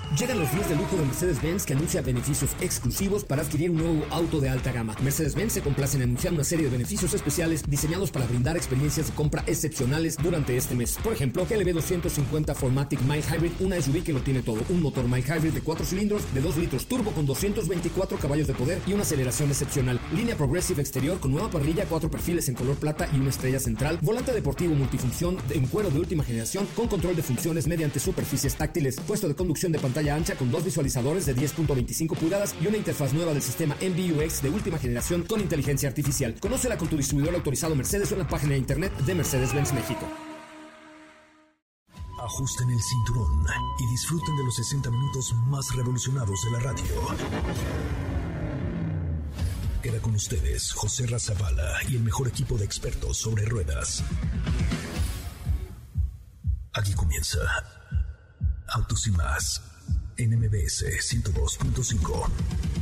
Llegan los días de lujo de Mercedes-Benz, que anuncia beneficios exclusivos para adquirir un nuevo auto de alta gama. Mercedes-Benz se complace en anunciar una serie de beneficios especiales diseñados para brindar experiencias de compra excepcionales durante este mes. Por ejemplo, GLB 250 4MATIC Mild Hybrid, una SUV que lo tiene todo. Un motor Mild Hybrid de 4 cilindros de 2 litros turbo con 224 caballos de poder y una aceleración excepcional. Línea Progressive exterior con nueva parrilla, 4 perfiles en color plata y una estrella central. Volante deportivo multifunción en cuero de última generación con control de funciones mediante superficies táctiles. Puesto de conducción de pantalla ancha con 2 visualizadores de 10.25 pulgadas y una interfaz nueva del sistema MBUX de última generación con inteligencia artificial. Conócela con tu distribuidor autorizado Mercedes o en la página de internet de Mercedes-Benz México. Ajusten el cinturón y disfruten de los 60 minutos más revolucionados de la radio. Queda con ustedes José Razabala y el mejor equipo de expertos sobre ruedas. Aquí comienza Autos y Más en MBS 102.5.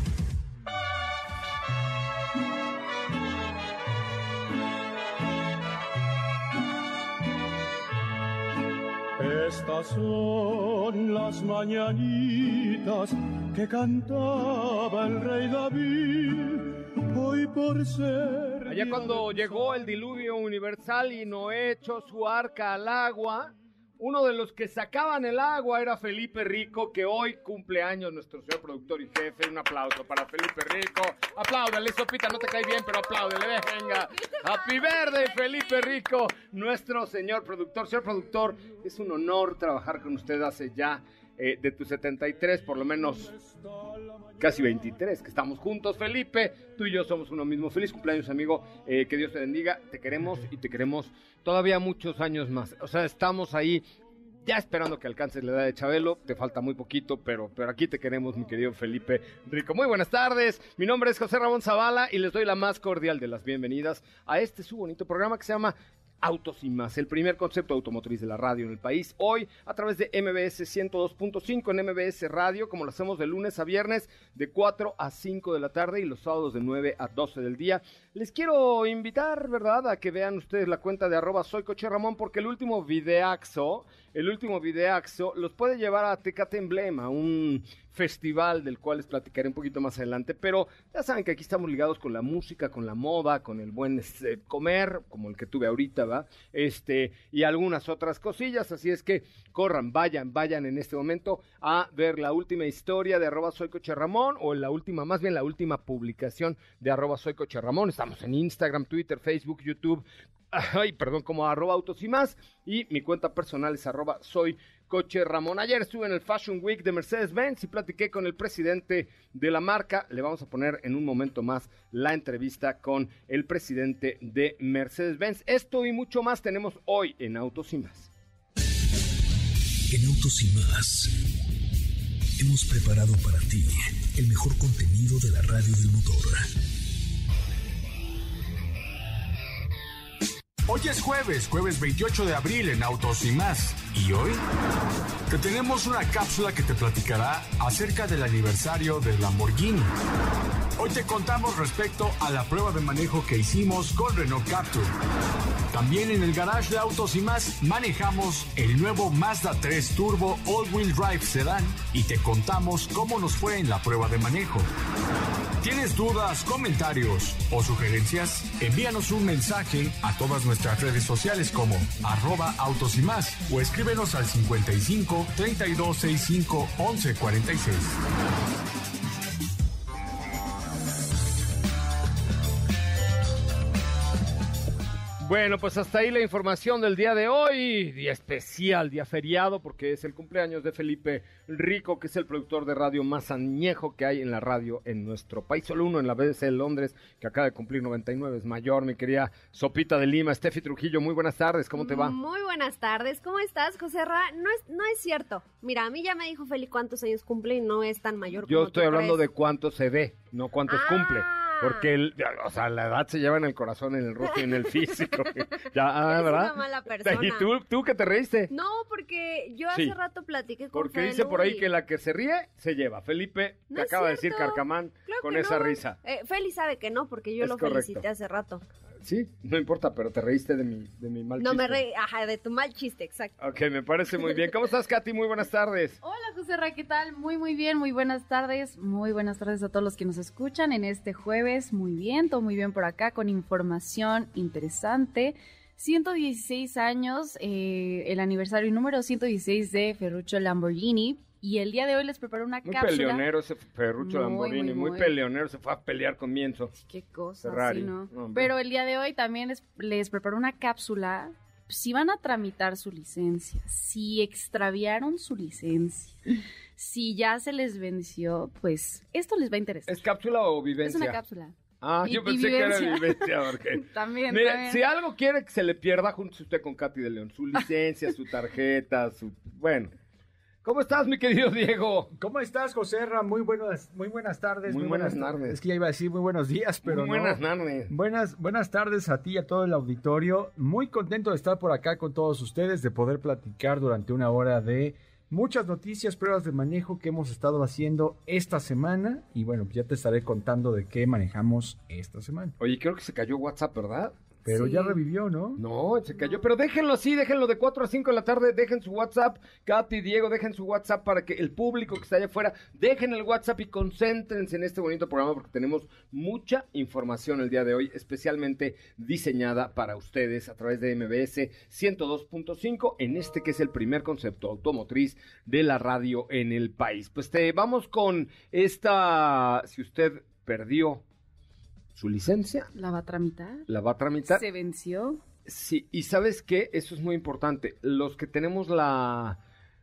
Estas son las mañanitas que cantaba el rey David, hoy por ser... Allá cuando llegó el diluvio universal y Noé echó su arca al agua, uno de los que sacaban el agua era Felipe Rico, que hoy cumple años, nuestro señor productor y jefe. Un aplauso para Felipe Rico. Apláudale, Sopita, no te cae bien, pero apláudele, venga. Happy birthday, Felipe Rico, nuestro señor productor. Señor productor, es un honor trabajar con usted hace ya de tus 73, por lo menos casi 23, que estamos juntos, Felipe. Tú y yo somos uno mismo. Feliz cumpleaños, amigo. Que Dios te bendiga. Te queremos y te queremos todavía muchos años más. O sea, estamos ahí ya esperando que alcances la edad de Chabelo. Te falta muy poquito, pero aquí te queremos, mi querido Felipe Rico. Muy buenas tardes. Mi nombre es José Ramón Zavala y les doy la más cordial de las bienvenidas a este su bonito programa que se llama Autos y Más, el primer concepto automotriz de la radio en el país. Hoy a través de MBS 102.5 en MBS Radio, como lo hacemos de lunes a viernes de 4 a 5 de la tarde y los sábados de 9 a 12 del día. Les quiero invitar, ¿verdad?, a que vean ustedes la cuenta de @soycocherramón, porque el último videaxo los puede llevar a Tecate Emblema, un festival del cual les platicaré un poquito más adelante, pero ya saben que aquí estamos ligados con la música, con la moda, con el buen comer, como el que tuve ahorita, ¿va? Y algunas otras cosillas, así es que corran, vayan en este momento a ver la última historia de @soycocherramón, o la última publicación de @soycocherramón. Estamos en Instagram, Twitter, Facebook, YouTube, como @autos y más, y mi cuenta personal es @soycocherramón. Ayer estuve en el Fashion Week de Mercedes-Benz y platiqué con el presidente de la marca. Le vamos a poner en un momento más la entrevista con el presidente de Mercedes-Benz. Esto y mucho más tenemos hoy en Autos y Más. En Autos y Más hemos preparado para ti el mejor contenido de la radio del motor. Hoy es jueves 28 de abril en Autos y Más. ¿Y hoy? Te tenemos una cápsula que te platicará acerca del aniversario del Lamborghini. Hoy te contamos respecto a la prueba de manejo que hicimos con Renault Captur. También en el garage de Autos y Más manejamos el nuevo Mazda 3 Turbo All-Wheel Drive Sedan y te contamos cómo nos fue en la prueba de manejo. ¿Tienes dudas, comentarios o sugerencias? Envíanos un mensaje a todas nuestras redes sociales como @autos y más o escríbenos al 55 32 65 11 46. Bueno, pues hasta ahí la información del día de hoy, día especial, día feriado, porque es el cumpleaños de Felipe Rico, que es el productor de radio más añejo que hay en la radio en nuestro país. Solo uno en la BBC de Londres, que acaba de cumplir 99, es mayor, mi querida Sopita de Lima. Steffi Trujillo, muy buenas tardes, ¿cómo te va? Muy buenas tardes, ¿cómo estás, José Ra? No es cierto. Mira, a mí ya me dijo Feli cuántos años cumple y no es tan mayor como Yo estoy hablando crees. De cuánto se ve, no cuántos cumple. Porque, la edad se lleva en el corazón, en el rostro y en el físico. Ya, Eres ¿verdad? una mala persona. ¿Y tú qué te reíste? No, porque yo hace rato platiqué con Porque Felu dice por ahí y... que la que se ríe, se lleva. Felipe, No te es acaba de decir cierto. Carcamán Claro con que esa no. risa. Feli sabe que no, porque yo Es lo correcto. felicité hace rato. Sí, no importa, pero te reíste de mi mal chiste. No me reí, de tu mal chiste, exacto. Ok, me parece muy bien. ¿Cómo estás, Katy? Muy buenas tardes. Hola, José Ra, ¿qué tal? Muy bien, muy buenas tardes. Muy buenas tardes a todos los que nos escuchan en este jueves. Muy bien, todo muy bien por acá, con información interesante. 116 años, el aniversario número 116 de Ferruccio Lamborghini. Y el día de hoy les preparo una cápsula. Muy peleonero ese Ferruccio Lamborghini, muy peleonero, se fue a pelear con Mienzo. Qué cosa, Ferrari. sí, ¿no? No, pero el día de hoy también les preparo una cápsula. Si van a tramitar su licencia, si extraviaron su licencia, si ya se les venció, pues esto les va a interesar. ¿Es cápsula o vivencia? Es una cápsula. Yo pensé que era vivencia. Porque... También, Mire, también. Si algo quiere que se le pierda, júntese usted con Katy de León. Su licencia, su tarjeta, Bueno. ¿Cómo estás, mi querido Diego? ¿Cómo estás, José Ra? Muy buenas tardes. Muy buenas tardes. Es que ya iba a decir muy buenos días, pero muy buenas tardes. Buenas tardes a ti y a todo el auditorio. Muy contento de estar por acá con todos ustedes, de poder platicar durante una hora de muchas noticias, pruebas de manejo que hemos estado haciendo esta semana. Y bueno, ya te estaré contando de qué manejamos esta semana. Oye, creo que se cayó WhatsApp, ¿verdad? Pero Sí. ya revivió, ¿no? No, se cayó, pero déjenlo así, déjenlo de 4 a 5 de la tarde, dejen su WhatsApp, Katy, Diego, dejen su WhatsApp para que el público que está allá afuera, dejen el WhatsApp y concéntrense en este bonito programa porque tenemos mucha información el día de hoy, especialmente diseñada para ustedes a través de MBS 102.5, en este que es el primer concepto automotriz de la radio en el país. Pues vamos con esta, si usted perdió su licencia, ¿La va a tramitar? ¿la va a tramitar? ¿Se venció? Sí, y ¿sabes qué? Eso es muy importante. Los que tenemos la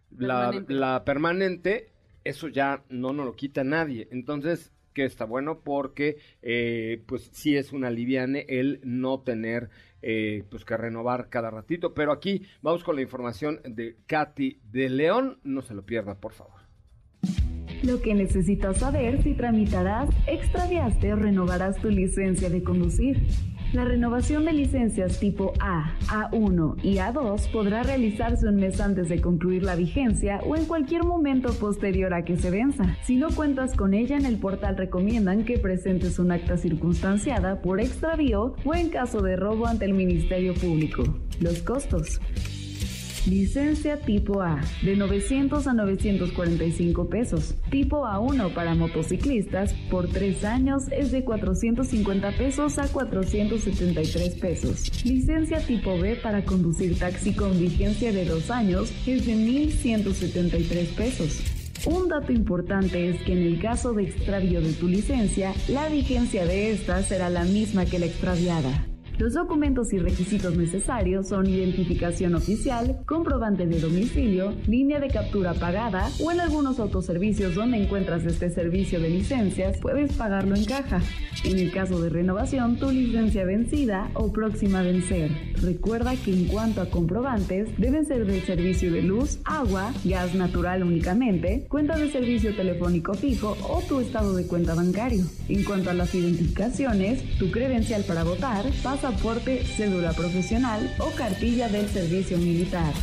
permanente, eso ya no nos lo quita nadie. Entonces, que está bueno porque, pues sí es un aliviane el no tener, pues que renovar cada ratito. Pero aquí vamos con la información de Katy de León. No se lo pierda, por favor. Lo que necesitas saber si tramitarás, extraviaste o renovarás tu licencia de conducir. La renovación de licencias tipo A, A1 y A2 podrá realizarse un mes antes de concluir la vigencia o en cualquier momento posterior a que se venza. Si no cuentas con ella, en el portal recomiendan que presentes un acta circunstanciada por extravío o en caso de robo ante el Ministerio Público. Los costos. Licencia tipo A, de 900 a 945 pesos. Tipo A1 para motociclistas, por 3 años es de 450 pesos a 473 pesos. Licencia tipo B para conducir taxi con vigencia de 2 años es de 1,173 pesos. Un dato importante es que en el caso de extravío de tu licencia, la vigencia de esta será la misma que la extraviada. Los documentos y requisitos necesarios son identificación oficial, comprobante de domicilio, línea de captura pagada o en algunos autoservicios donde encuentras este servicio de licencias puedes pagarlo en caja. En el caso de renovación, tu licencia vencida o próxima a vencer. Recuerda que en cuanto a comprobantes, deben ser del servicio de luz, agua, gas natural únicamente, cuenta de servicio telefónico fijo o tu estado de cuenta bancario. En cuanto a las identificaciones, tu credencial para votar, pasaporte, cédula profesional o cartilla del servicio militar.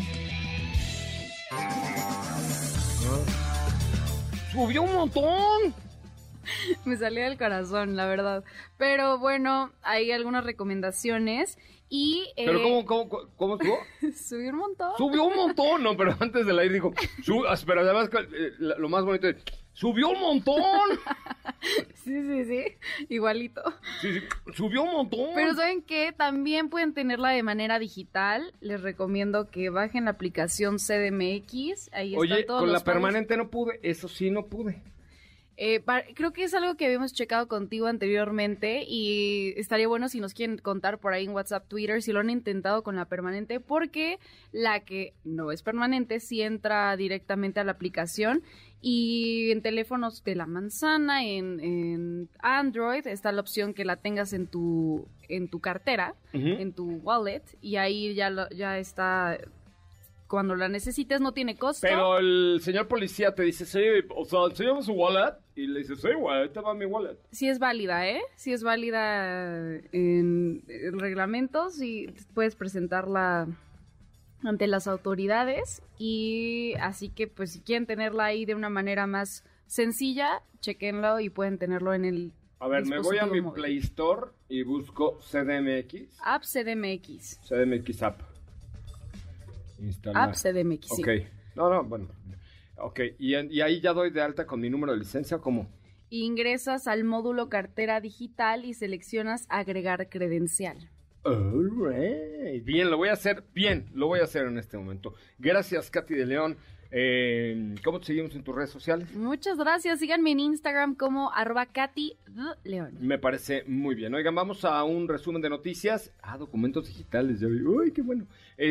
¡Subió un montón! Me salía del corazón, la verdad. Pero bueno, hay algunas recomendaciones y... ¿Pero cómo estuvo? Subió un montón. ¡Subió un montón! No, pero antes del aire dijo... pero además lo más bonito es... ¡Subió un montón! Sí, igualito. Sí, subió un montón. Pero ¿saben qué? También pueden tenerla de manera digital. Les recomiendo que bajen la aplicación CDMX. Ahí Oye, están todos con los la pagos. permanente no pude. Eso sí no pude. Creo que es algo que habíamos checado contigo anteriormente y estaría bueno si nos quieren contar por ahí en WhatsApp, Twitter, si lo han intentado con la permanente, porque la que no es permanente sí entra directamente a la aplicación y en teléfonos de la manzana, en Android, está la opción que la tengas en tu cartera, en tu wallet, y ahí ya está... Cuando la necesites no tiene costo. Pero el señor policía te dice, sí, o sea, enséñame su wallet. Y le dice, sí, güey, ahí te va mi wallet. Sí es válida, ¿eh? Sí es válida en reglamentos y puedes presentarla ante las autoridades. Y así que, pues, si quieren tenerla ahí de una manera más sencilla, chequenlo y pueden tenerlo en el A ver, me voy a mi móvil. Play Store y busco CDMX. App CDMX. CDMX App. Instalar. App CDMX, sí. Ok. No, bueno. Ok, y ahí ya doy de alta con mi número de licencia, ¿cómo? Ingresas al módulo cartera digital y seleccionas agregar credencial. All right. Bien, lo voy a hacer en este momento. Gracias, Katy de León. ¿Cómo te seguimos en tus redes sociales? Muchas gracias. Síganme en Instagram como @KatyDeLeón. Me parece muy bien. Oigan, vamos a un resumen de noticias. Documentos digitales. Uy, qué bueno.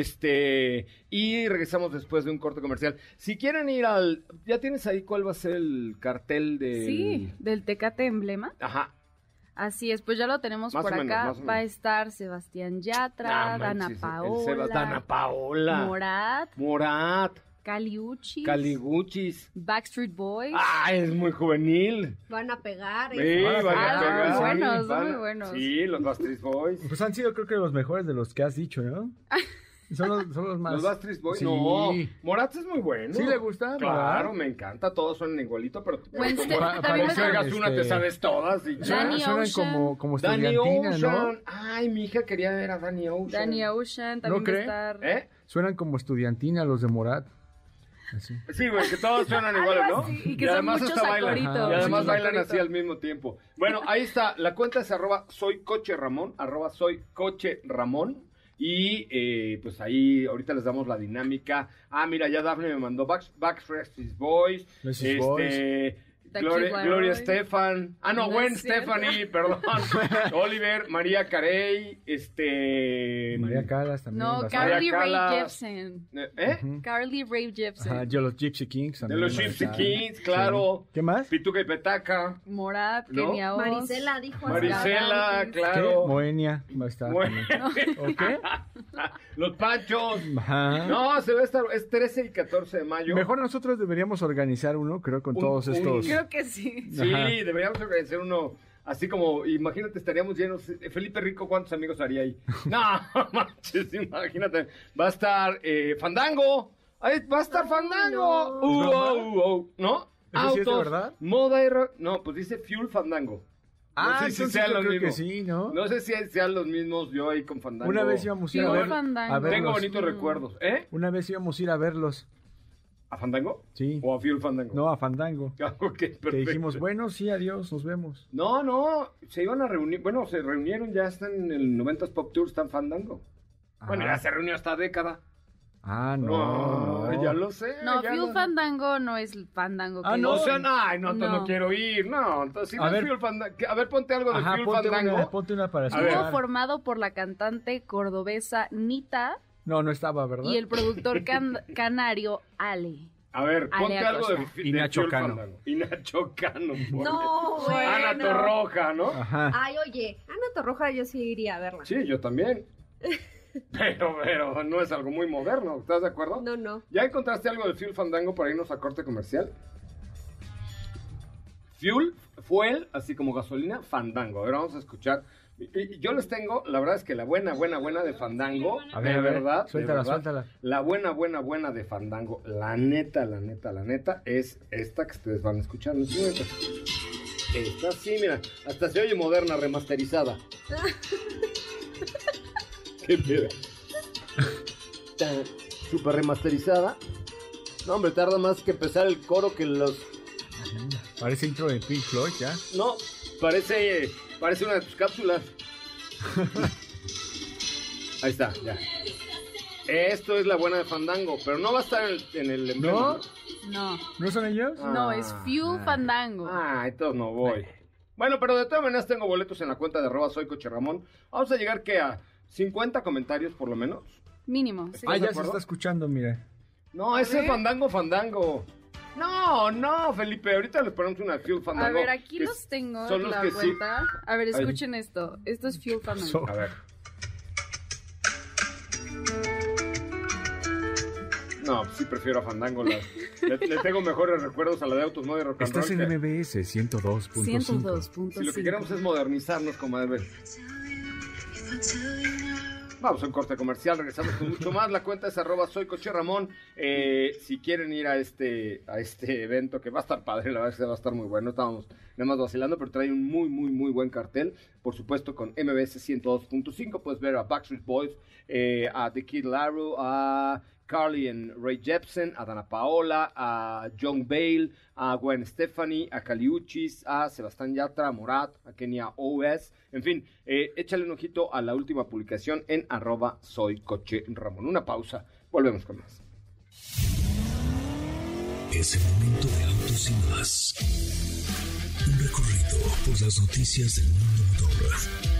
Y regresamos después de un corte comercial. Si quieren ir ¿ya tienes ahí cuál va a ser el cartel de? Sí, del Tecate Emblema. Ajá. Así es, pues ya lo tenemos Más por o menos, acá. más o menos. Va a estar Sebastián Yatra, Dana Paola, Dana Paola. Morat, Caliguchis. Backstreet Boys. Es muy juvenil. Van a pegar. Sí, van a pegar. Muy buenos, Sí, muy buenos. Sí, los Backstreet Boys. Pues han sido, creo que, los mejores de los que has dicho, ¿no? Son los más. ¿Los Backstreet Boys? Sí. No, Morat es muy bueno. ¿Sí le gusta? Claro, Morat? me encanta. Todos suenan igualito, pero Wednesday, como también si oigas una, te sabes todas. Y Danny Suenan Ocean. como Danny estudiantina, ¿no? Ocean. Ay, mi hija quería ver a Danny Ocean. Danny Ocean también ¿No va a cree? estar. Suenan como estudiantina los de Morat. Así. Sí, güey, que todos suenan iguales, ¿no? Algo así, y que son muchos hasta bailan. acoritos. Y además Muchos bailan acoritos. así al mismo tiempo. Bueno, ahí está. La cuenta es @soycocheramón, @soycocheramón. Y pues ahí ahorita les damos la dinámica. Mira, ya Dafne me mandó Backstreet Boys. Backstreet Boys. Gloria Estefan. No Gwen es cierto. Stephanie, perdón. Oliver, María Carey, María Calas también. No, bastante. Carly Rae Calas. Jepsen. Ujú. Carly Rae Jepsen. Ajá, yo los Gypsy Kings De también. los van a Gypsy estar. Kings, claro. Sí. ¿Qué más? Pituca y Petaca. Morat, ¿No? Kenia Oz. Marisela dijo así. Marisela, ¿Qué? claro. Moenia va a estar. Bueno. también. ¿O qué? Los Panchos. Ajá. No, se va a estar, es 13 y 14 de mayo. Mejor nosotros deberíamos organizar uno, creo, con todos estos. Creo que sí. Sí, Ajá. deberíamos organizar uno así como, imagínate, estaríamos llenos. Felipe Rico, ¿cuántos amigos haría ahí? No, manches, imagínate. Va a estar Fandango. Ahí va a estar Fandango. ¿No? ¿Eso sí es de verdad? Moda y rock. No, pues dice Fuel Fandango. No sé si entonces sean yo los creo que mismos. sí, ¿no? No sé si sean los mismos yo ahí con Fandango. Una vez íbamos a ir a Fuel ver. Fandango. A verlos. Tengo bonitos recuerdos. Una vez íbamos a ir a verlos. ¿A Fandango? Sí. ¿O a Fuel Fandango? No, a Fandango. Ok, perfecto. Que dijimos, bueno, sí, adiós, nos vemos. No, se iban a reunir. Bueno, se reunieron, ya están en el 90s Pop Tour, están Fandango. Bueno, ya se reunió esta década. No. Ya lo sé. No, ya Fuel lo- Fandango no es el Fandango que No, es. o sea, no No. quiero ir. No, entonces si no A es ver. Fuel Fandango. A ver, ponte algo de Ajá, Fuel ponte Fandango. ponte una para ver. Estuvo escuchar. formado por la cantante cordobesa Nita No estaba, ¿verdad? y el productor canario Ale. A ver, ponte Alea algo de, Costa. de Y Nacho Fuel Cano. Fandango. Y Nacho Cano. ponle. No, bueno. Ana Torroja, ¿no? Ajá. Ay, oye, Ana Torroja yo sí iría a verla. Sí, yo también. Pero no es algo muy moderno, ¿estás de acuerdo? No. ¿Ya encontraste algo de Fuel Fandango para irnos a corte comercial? Fuel, así como gasolina, Fandango. A ver, vamos a escuchar. Y yo les tengo, la verdad es que la buena de Fandango, A ver, de a ver, verdad, suéltala, de verdad, suéltala. la buena de Fandango, la neta, es esta que ustedes van a escuchar en este momento. Esta sí, mira, hasta se oye moderna, remasterizada. ¿Qué pedo? Super remasterizada. No, hombre, tarda más que empezar el coro que los... Parece intro de Pink Floyd, ¿ya? No, parece una de tus cápsulas. Ahí está, ya. Esto es la buena de Fandango, pero no va a estar en el emblema. No, ¿No son ellos? no, es Fuel Fandango. Entonces no voy. Bueno, pero de todas maneras tengo boletos en la cuenta de @soycocheramón. Vamos a llegar, ¿qué? A 50 comentarios por lo menos. Mínimo. Sí. Ah, de ya se acuerdo? está escuchando, mira. No, ese es Fandango. No, Felipe, ahorita les ponemos una Fuel Fandango. A ver, aquí que los tengo son en los la que sí. cuenta. A ver, escuchen esto. Esto es Fuel Fandango. A ver. No, sí prefiero a Fandango. Le tengo mejores recuerdos a la de Autos Moda y Rock and Estás Roll. en que- MBS 102.5. Si lo que queremos es modernizarnos, comadre. Vamos a un corte comercial, regresamos con mucho más. La cuenta es @soycocheramón. Si quieren ir a este evento, que va a estar padre, la verdad es que va a estar muy bueno. Estábamos nada más vacilando, pero trae un muy buen cartel. Por supuesto, con MBS 102.5 puedes ver a Backstreet Boys, a The Kid Laroi, a Carly and Ray Jepsen, a Dana Paola, a John Bale, a Gwen Stefani, a Caliuchis, a Sebastián Yatra, a Morat, a Kenia OS. En fin, échale un ojito a la última publicación en @soycocheramón. Una pausa, volvemos con más. Es el momento de Autos y Más. Un recorrido por las noticias del mundo motor.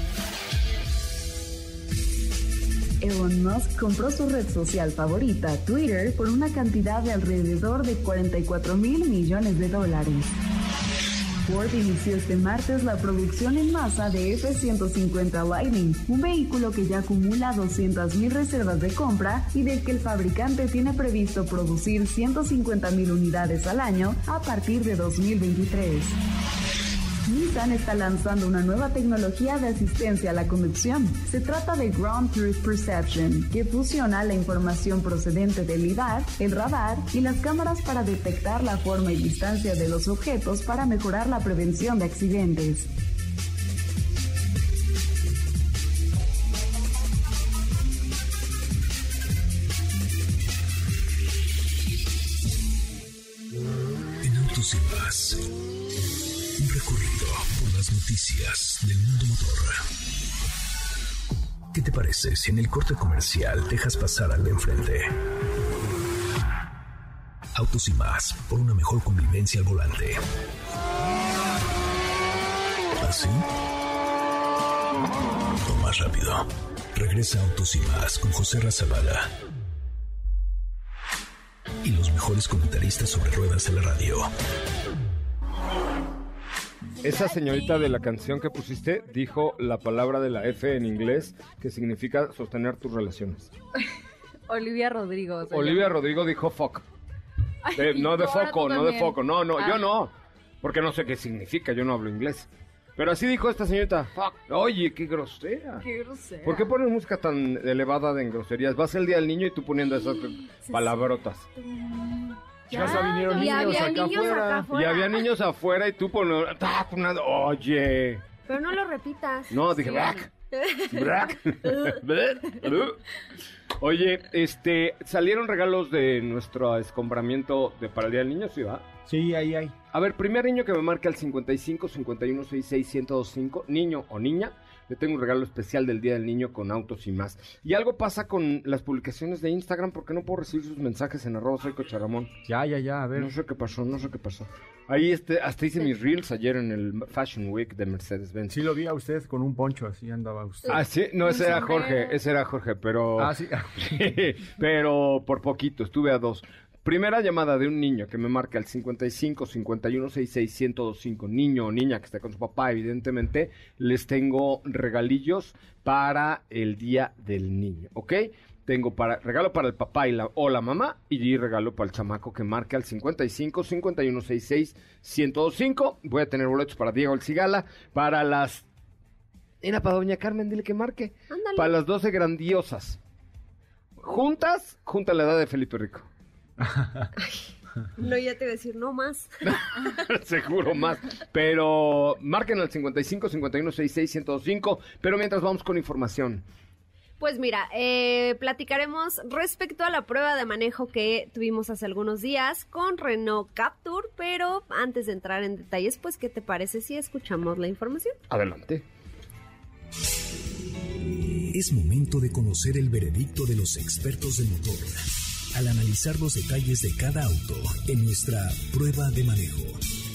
Elon Musk compró su red social favorita, Twitter, por una cantidad de alrededor de $44 mil millones. Ford inició este martes la producción en masa de F-150 Lightning, un vehículo que ya acumula 200,000 reservas de compra y del que el fabricante tiene previsto producir 150,000 unidades al año a partir de 2023. Nissan está lanzando una nueva tecnología de asistencia a la conducción. Se trata de Ground Truth Perception, que fusiona la información procedente del lidar, el radar y las cámaras para detectar la forma y distancia de los objetos para mejorar la prevención de accidentes. En Autos y Más. Un recorrido por las noticias del mundo motor. ¿Qué te parece si en el corte comercial dejas pasar al de enfrente? Autos y Más, por una mejor convivencia al volante. ¿Así? O más rápido. Regresa Autos y Más con José Razabala y los mejores comentaristas sobre ruedas de la radio. Esa señorita de la canción que pusiste dijo la palabra de la F en inglés, que significa sostener tus relaciones. Olivia Rodrigo. Olivia Rodrigo dijo fuck. No de foco, no de foco. No, yo no. Porque no sé qué significa, yo no hablo inglés. Pero así dijo esta señorita. Fuck. Oye, qué grosera. Qué grosera. ¿Por qué pones música tan elevada en groserías? Va a ser el Día del Niño y tú poniendo esas palabrotas. Ya vinieron niños acá afuera. Y había niños afuera y tú pones... Oye. Pero no lo repitas. No, dije... Oye, salieron regalos de nuestro escombramiento para el Día del Niño, ¿sí va? Sí, ahí hay. A ver, primer niño que me marca el 55 51 66 1025, niño o niña, le tengo un regalo especial del Día del Niño con Autos y Más. Y algo pasa con las publicaciones de Instagram porque no puedo recibir sus mensajes en @soycocheramón. Ya, a ver. No sé qué pasó. Ahí hasta hice mis reels ayer en el Fashion Week de Mercedes-Benz. Sí lo vi a usted con un poncho, así andaba usted. Ah, sí, no, ese era Jorge, pero... Ah, sí. Pero por poquito, estuve a 2. Primera llamada de un niño que me marca el 55 51 66 1025, niño o niña que está con su papá, evidentemente, les tengo regalillos para el Día del Niño, ¿ok? Tengo regalo para el papá o la mamá y regalo para el chamaco que marca el 55 51 66 1025. Voy a tener boletos para Diego El Cigala, para las... Era para doña Carmen, dile que marque. Ándale. Para las 12 grandiosas. Junta la edad de Felipe Rico. No, ya te voy a decir, no más. Seguro más. Pero marquen al 55 51 66 1025. Pero mientras vamos con información. Pues mira, platicaremos respecto a la prueba de manejo que tuvimos hace algunos días con Renault Captur, pero antes de entrar en detalles, pues, ¿qué te parece si escuchamos la información? Adelante. Es momento de conocer el veredicto de los expertos del motor al analizar los detalles de cada auto en nuestra prueba de manejo.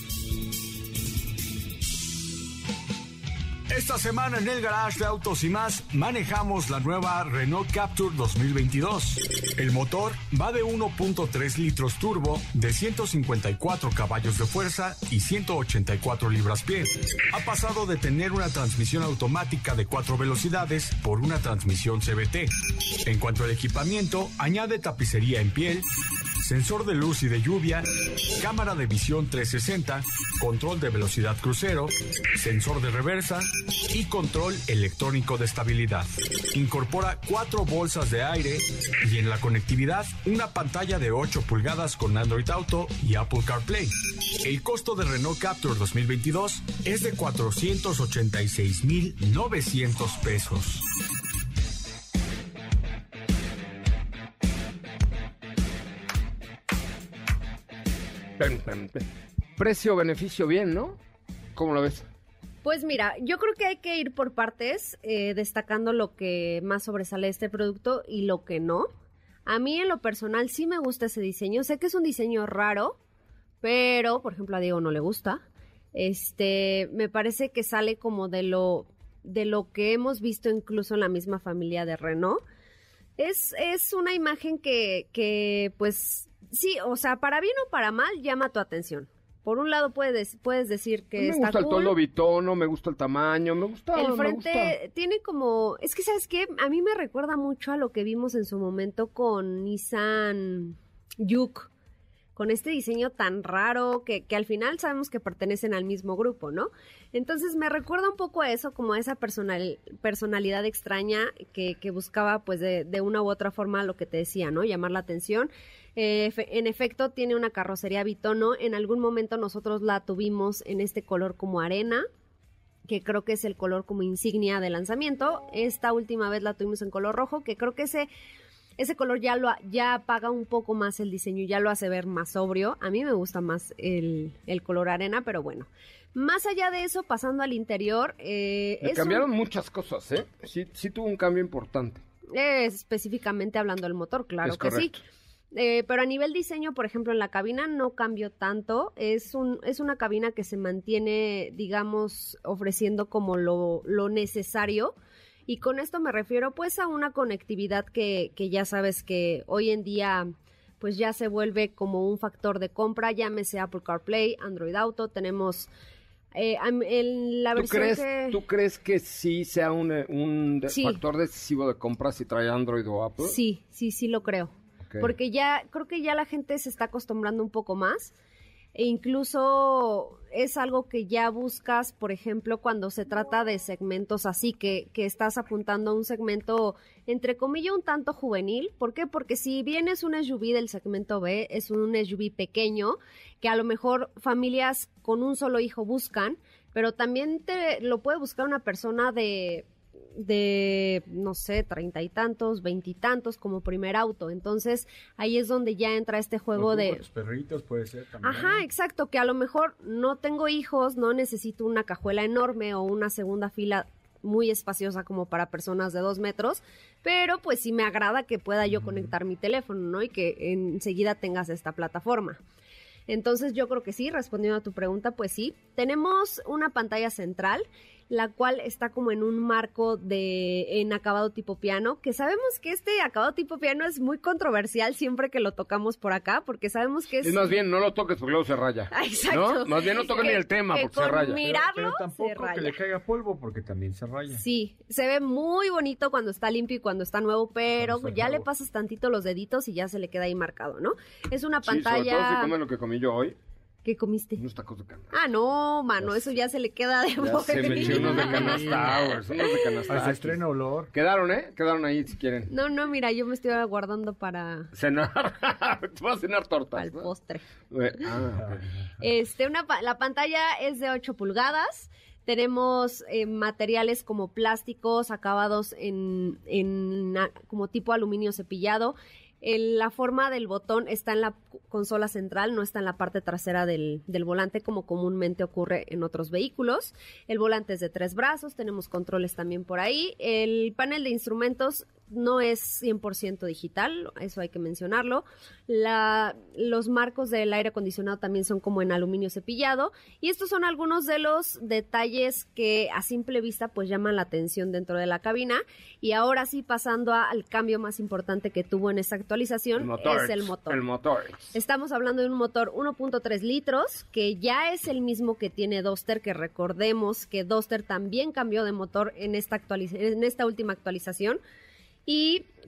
Esta semana en el Garage de Autos y Más manejamos la nueva Renault Captur 2022. El motor va de 1.3 litros turbo, de 154 caballos de fuerza y 184 libras-pie. Ha pasado de tener una transmisión automática de 4 velocidades por una transmisión CVT. En cuanto al equipamiento, añade tapicería en piel, sensor de luz y de lluvia, cámara de visión 360, control de velocidad crucero, sensor de reversa y control electrónico de estabilidad. Incorpora 4 bolsas de aire y en la conectividad una pantalla de 8 pulgadas con Android Auto y Apple CarPlay. El costo de Renault Captur 2022 es de 486,900 pesos. Precio-beneficio bien, ¿no? ¿Cómo lo ves? Pues mira, yo creo que hay que ir por partes, destacando lo que más sobresale de este producto y lo que no. A mí en lo personal sí me gusta ese diseño. Sé que es un diseño raro, pero, por ejemplo, a Diego no le gusta. Me parece que sale como de lo que hemos visto incluso en la misma familia de Renault. Es una imagen que, pues, sí, o sea, para bien o para mal, llama tu atención. Por un lado puedes decir que está gusta el cool. tono bitono, me gusta el tamaño, me gusta. El me frente gusta. tiene como, es que ¿sabes qué? A mí me recuerda mucho a lo que vimos en su momento con Nissan Juke, con este diseño tan raro que al final sabemos que pertenecen al mismo grupo, ¿no? Entonces me recuerda un poco a eso, como a esa personalidad extraña que buscaba pues de una u otra forma lo que te decía, ¿no? Llamar la atención. En efecto, tiene una carrocería bitono. En algún momento nosotros la tuvimos en este color como arena, que creo que es el color como insignia de lanzamiento. Esta última vez la tuvimos en color rojo, que creo que ese color ya apaga un poco más el diseño, ya lo hace ver más sobrio. A mí me gusta más el color arena, pero bueno. Más allá de eso, pasando al interior... cambiaron muchas cosas, ¿eh? Sí tuvo un cambio importante. Específicamente hablando del motor, claro que sí. Pero a nivel diseño, por ejemplo, en la cabina no cambió tanto. Es una cabina que se mantiene, digamos, ofreciendo como lo necesario. Y con esto me refiero pues a una conectividad que ya sabes que hoy en día pues ya se vuelve como un factor de compra, llámese Apple CarPlay, Android Auto, tenemos en la versión ¿Tú crees que sí sea un Sí. factor decisivo de compra si trae Android o Apple? Sí lo creo. Okay. Porque creo que ya la gente se está acostumbrando un poco más. E incluso es algo que ya buscas, por ejemplo, cuando se trata de segmentos así, que estás apuntando a un segmento, entre comillas, un tanto juvenil. ¿Por qué? Porque si bien es un SUV del segmento B, es un SUV pequeño, que a lo mejor familias con un solo hijo buscan, pero también lo puede buscar una persona de no sé, 30 y tantos, 20 y tantos como primer auto. Entonces ahí es donde ya entra este juego de tus perritos puede ser también. Ajá, exacto, que a lo mejor no tengo hijos, no necesito una cajuela enorme o una segunda fila muy espaciosa como para personas de 2 metros, pero pues sí me agrada que pueda yo conectar mi teléfono, ¿no? Y que enseguida tengas esta plataforma. Entonces yo creo que sí, respondiendo a tu pregunta, pues sí. Tenemos una pantalla central, la cual está como en un marco en acabado tipo piano, que sabemos que este acabado tipo piano es muy controversial siempre que lo tocamos por acá, porque sabemos que es... Y más bien, no lo toques porque luego se raya. Exacto. ¿No? Más bien no toques ni el tema porque se raya. Mirarlo, pero tampoco se raya. que le caiga polvo porque también se raya. Sí, se ve muy bonito cuando está limpio y cuando está nuevo, pero Cuando está ya nuevo. le pasas tantito los deditos y ya se le queda ahí marcado, ¿no? Es una Sí, sobre pantalla... todo si comen lo que comí yo hoy, ¿Qué comiste? unos tacos de canasta. Ah, no, mano, eso ya se le queda de Ya se me eché unos de canastowers, unos de canastowers. Hasta estrena olor. Quedaron, ¿eh? Quedaron ahí si quieren. No, mira, yo me estoy aguardando para Cenar. Tú vas a cenar tortas, el ¿no? postre. Ok. La pantalla es de 8 pulgadas. Tenemos materiales como plásticos acabados como tipo aluminio cepillado. La forma del botón está en la consola central, no está en la parte trasera del volante como comúnmente ocurre en otros vehículos. El volante es de 3 brazos, tenemos controles también por ahí. El panel de instrumentos no es 100% digital, eso hay que mencionarlo. Los marcos del aire acondicionado también son como en aluminio cepillado. Y estos son algunos de los detalles que a simple vista pues llaman la atención dentro de la cabina. Y ahora sí, pasando al cambio más importante que tuvo en esta actualización, es el motor. El motor. Estamos hablando de un motor 1.3 litros, que ya es el mismo que tiene Duster, que recordemos que Duster también cambió de motor en esta última actualización. Y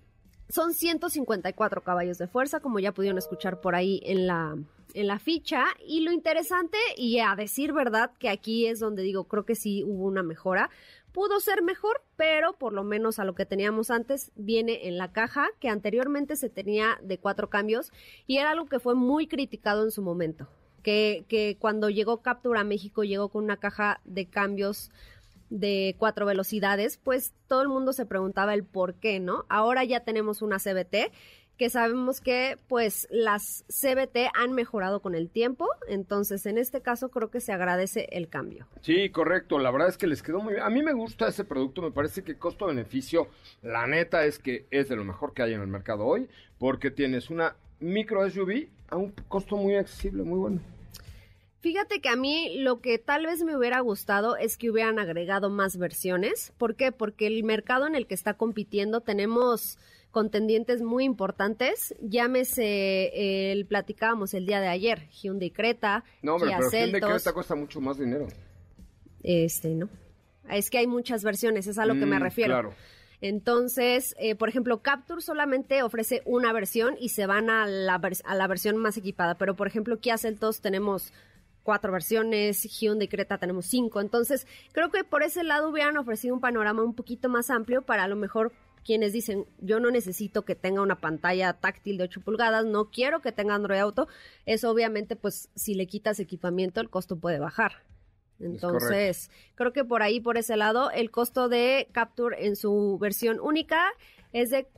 Son 154 caballos de fuerza, como ya pudieron escuchar por ahí en la ficha. Y lo interesante, y a decir verdad, que aquí es donde digo, creo que sí hubo una mejora. Pudo ser mejor, pero por lo menos a lo que teníamos antes, viene en la caja, que anteriormente se tenía de 4 cambios, y era algo que fue muy criticado en su momento. Que cuando llegó Capture a México, llegó con una caja de cambios de 4 velocidades, pues todo el mundo se preguntaba el por qué, ¿no? Ahora ya tenemos una CVT, que sabemos que pues las CVT han mejorado con el tiempo, entonces en este caso creo que se agradece el cambio. Sí, correcto, la verdad es que les quedó muy bien. A mí me gusta ese producto, me parece que costo-beneficio, la neta es que es de lo mejor que hay en el mercado hoy, porque tienes una micro SUV a un costo muy accesible, muy bueno. Fíjate que a mí lo que tal vez me hubiera gustado es que hubieran agregado más versiones. ¿Por qué? Porque el mercado en el que está compitiendo tenemos contendientes muy importantes. Llámese, platicábamos el día de ayer, Hyundai Creta, No, hombre, Kia pero Hyundai Seltos. Creta cuesta mucho más dinero. No. Es que hay muchas versiones, es a lo que me refiero. Claro. Entonces, por ejemplo, Capture solamente ofrece una versión y se van a la versión más equipada. Pero, por ejemplo, Kia Seltos tenemos 4 versiones, Hyundai Creta tenemos 5. Entonces, creo que por ese lado hubieran ofrecido un panorama un poquito más amplio para a lo mejor quienes dicen, yo no necesito que tenga una pantalla táctil de 8 pulgadas, no quiero que tenga Android Auto. Eso obviamente, pues, si le quitas equipamiento, el costo puede bajar. Entonces, creo que por ahí, por ese lado, el costo de Capture en su versión única es de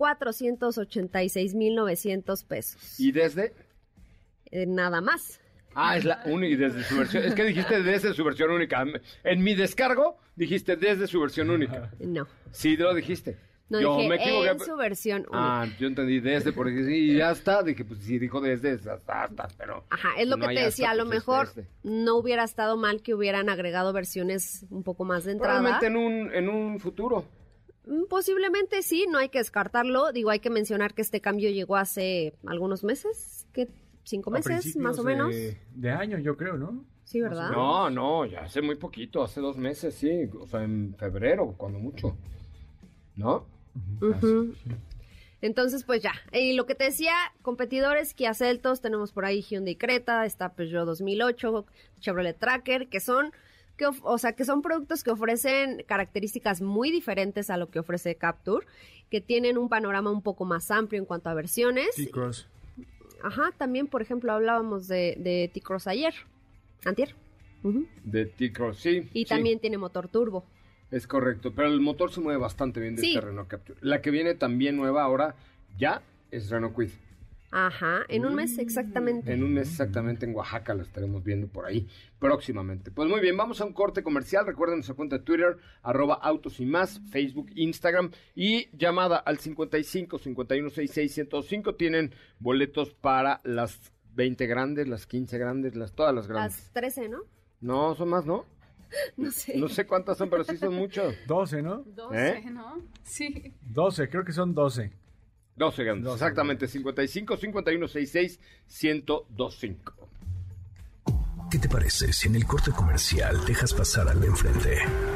486,900 pesos. ¿Y desde? Nada más. Es la única, y desde su versión. Es que dijiste desde su versión única. En mi descargo dijiste desde su versión única. No. Sí, lo dijiste. No, yo dije me equivoqué. en su versión única. Yo entendí desde, porque sí, ya está. Dije, pues sí, dijo desde, hasta, pero. Ajá, es lo no, que ya te decía. está, A lo pues, mejor desde. no hubiera estado mal que hubieran agregado versiones un poco más de entrada. Probablemente en un futuro. Posiblemente sí, no hay que descartarlo. Digo, hay que mencionar que este cambio llegó hace algunos meses, ¿qué? 5 meses, más o menos. De año, yo creo, ¿no? Sí, ¿verdad? No, ya hace muy poquito, hace 2 meses, sí. O sea, en febrero, cuando mucho. ¿No? Ujú. Entonces, pues ya. Y lo que te decía, competidores, Kia Seltos, tenemos por ahí Hyundai Creta, está Peugeot 2008, Chevrolet Tracker, que son productos que ofrecen características muy diferentes a lo que ofrece Capture, que tienen un panorama un poco más amplio en cuanto a versiones. T-Cross. Ajá, también, por ejemplo, hablábamos de T-Cross antier. Ujú. De T-Cross, sí. Y sí. también tiene motor turbo. Es correcto, pero el motor se mueve bastante bien de Sí. este Renault Capture. La que viene también nueva ahora ya es Renault Kwid. Ajá, en un mes exactamente. En un mes exactamente en Oaxaca la estaremos viendo por ahí próximamente. Pues muy bien, vamos a un corte comercial. Recuerden nuestra cuenta de Twitter, @autos y más, Facebook, Instagram y llamada al 55 5166 1025. Tienen boletos para las 20 grandes, las 15 grandes, todas las grandes. Las 13, ¿no? No, son más, ¿no? No sé. No sé cuántas son, pero sí son muchos. 12, ¿no? 12, ¿no? Sí. 12, creo que son 12. 12 grandes, 12 exactamente. 55 5166 1025. ¿Qué te parece si en el corte comercial dejas pasar al de enfrente?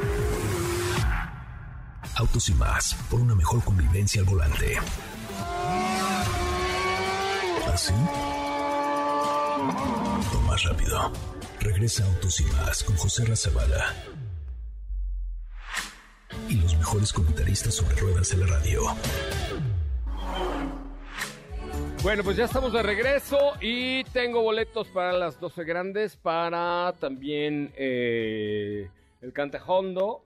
Autos y más, por una mejor convivencia al volante. ¿Así? O más rápido. Regresa Autos y más con José Razabala. Y los mejores comentaristas sobre ruedas en la radio. Bueno, pues ya estamos de regreso y tengo boletos para las 12 grandes, para también el Cantejondo.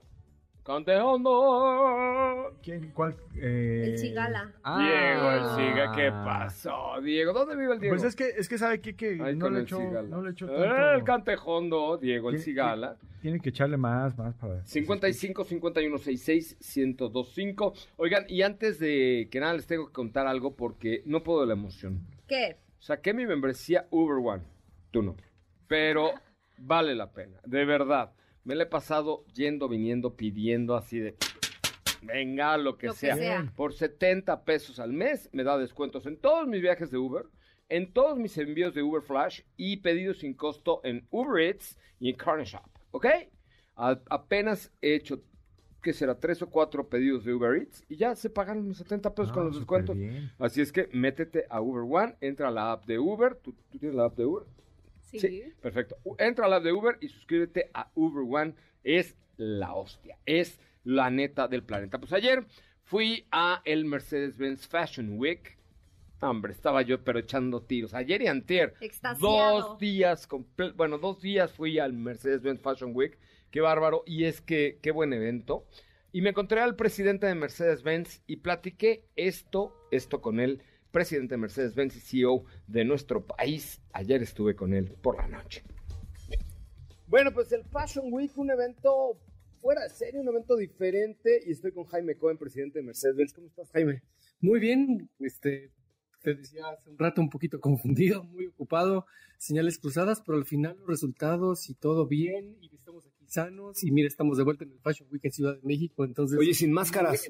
¿Quién? ¿Cuál? El Cigala. Diego, el Ciga, ¿qué pasó? Diego, ¿dónde vive el Diego? Pues es que sabe que Ahí no con le el echó Cigala. no le echó El tanto. Cantejondo, Diego, el Cigala. Tiene que echarle más para... 55 51 66 1025. Oigan, y antes de que nada les tengo que contar algo porque no puedo de la emoción. ¿Qué? Saqué mi membresía Uber One. Tú no. Pero vale la pena, de verdad. Me la he pasado yendo, viniendo, pidiendo así de... Venga, lo que sea. Por 70 pesos al mes me da descuentos en todos mis viajes de Uber, en todos mis envíos de Uber Flash y pedidos sin costo en Uber Eats y en Corner Shop. ¿Ok? Apenas he hecho ¿qué será? 3 o 4 pedidos de Uber Eats y ya se pagaron los 70 pesos con los descuentos. Bien. Así es que métete a Uber One, entra a la app de Uber. ¿Tú tienes la app de Uber? Sí, perfecto. Entra a la app de Uber y suscríbete a Uber One. Es la hostia, es la neta del planeta. Pues ayer fui a el Mercedes-Benz Fashion Week. Hombre, estaba yo pero echando tiros. Ayer y antier. Extasiado. 2 días, 2 días fui al Mercedes-Benz Fashion Week. Qué bárbaro. Y es que, qué buen evento. Y me encontré al presidente de Mercedes-Benz y platiqué esto con él. Presidente de Mercedes-Benz y CEO de nuestro país. Ayer estuve con él por la noche. Bueno, pues el Fashion Week, un evento fuera de serie, un evento diferente. Y estoy con Jaime Cohen, presidente de Mercedes-Benz. ¿Cómo estás, Jaime? Muy bien, te decía hace un rato un poquito confundido, muy ocupado, señales cruzadas, pero al final los resultados y todo bien, y estamos aquí sanos, y mira, estamos de vuelta en el Fashion Week en Ciudad de México, entonces... Oye, sin máscaras.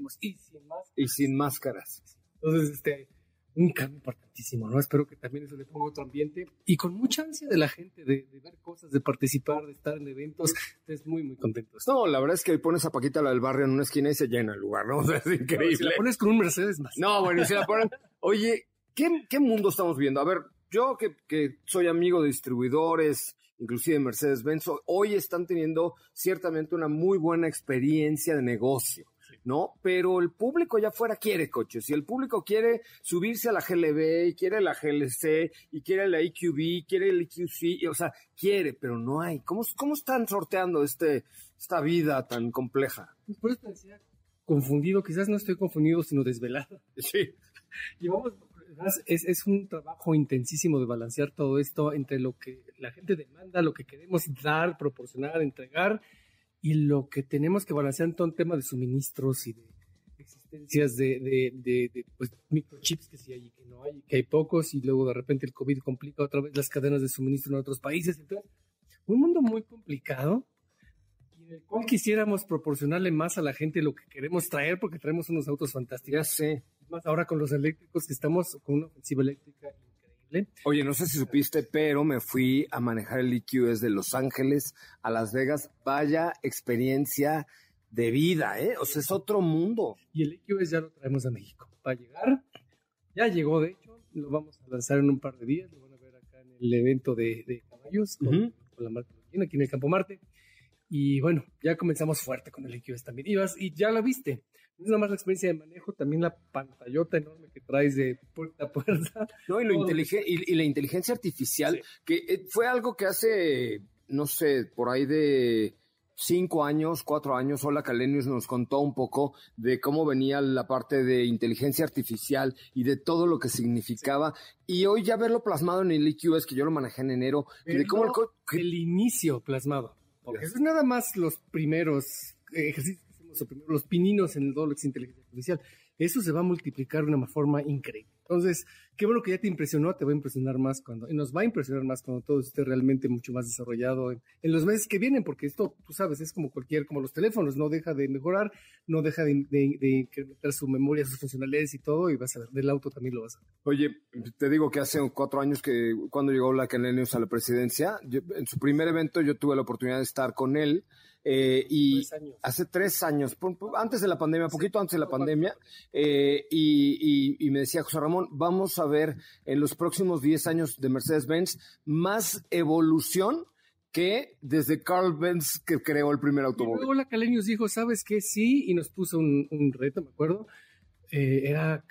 Y sin máscaras. Entonces, un cambio importantísimo, ¿no? Espero que también eso le ponga otro ambiente, y con mucha ansia de la gente, de ver cosas, de participar, de estar en eventos, entonces muy, muy contentos. No, la verdad es que pones a Paquita la del barrio en una esquina y se llena el lugar, ¿no? O sea, es increíble. No, si la pones con un Mercedes más. No, bueno, y si la ponen... Oye, ¿qué mundo estamos viendo? A ver, yo que soy amigo de distribuidores, inclusive Mercedes-Benz, hoy están teniendo ciertamente una muy buena experiencia de negocio, ¿no? Pero el público allá afuera quiere coches, y el público quiere subirse a la GLB, y quiere la GLC, y quiere la EQB, quiere el EQC, o sea, quiere, pero no hay. ¿Cómo están sorteando esta vida tan compleja? Por eso te decía confundido, quizás no estoy confundido, sino desvelado. Sí. Llevamos... Es un trabajo intensísimo de balancear todo esto entre lo que la gente demanda, lo que queremos dar, proporcionar, entregar, y lo que tenemos que balancear en todo el tema de suministros y de existencias de pues, microchips que sí hay y que no hay, y que hay pocos, y luego de repente el COVID complica otra vez las cadenas de suministro en otros países. Entonces, un mundo muy complicado, y en el cual quisiéramos proporcionarle más a la gente lo que queremos traer, porque traemos unos autos fantásticos. Ya sé. Más ahora con los eléctricos, que estamos con una ofensiva eléctrica increíble. Oye, no sé si supiste, pero me fui a manejar el EQS de Los Ángeles a Las Vegas. Vaya experiencia de vida, ¿eh? O sea, es otro mundo. Y el EQS ya lo traemos a México. Va a llegar, ya llegó de hecho, lo vamos a lanzar en un par de días, lo van a ver acá en el evento de caballos con la marca aquí en el Campo Marte. Y bueno, ya comenzamos fuerte con el EQS también. Y ya lo viste. No es nada más la experiencia de manejo, también la pantallota enorme que traes de puerta a puerta. No, y la inteligencia artificial, sí, que fue algo que hace, no sé, por ahí de 5 años, 4 años, Ola Kalenius nos contó un poco de cómo venía la parte de inteligencia artificial y de todo lo que significaba. Y hoy ya verlo plasmado en el EQS, que yo lo manejé en enero, de cómo el inicio plasmado. Porque eso es nada más los primeros ejercicios que hacemos, los pininos en el todo lo que es inteligencia artificial. Eso se va a multiplicar de una forma increíble. Entonces, qué bueno que ya te impresionó, te va a impresionar más y nos va a impresionar más cuando todo esté realmente mucho más desarrollado en los meses que vienen, porque esto, tú sabes, es como los teléfonos, no deja de mejorar, no deja de incrementar su memoria, sus funcionalidades y todo, y vas a ver, del auto también lo vas a ver. Oye, te digo que hace 4 años que cuando llegó Ola Kalenius a la presidencia, en su primer evento yo tuve la oportunidad de estar con él, y hace 3 años, antes de la pandemia, poquito antes de la pandemia, y me decía José Ramón, vamos a ver en los próximos 10 años de Mercedes-Benz más evolución que desde Carl Benz, que creó el primer automóvil. Y luego Ola Kalenius dijo, ¿sabes qué? Sí, y nos puso un reto, me acuerdo, era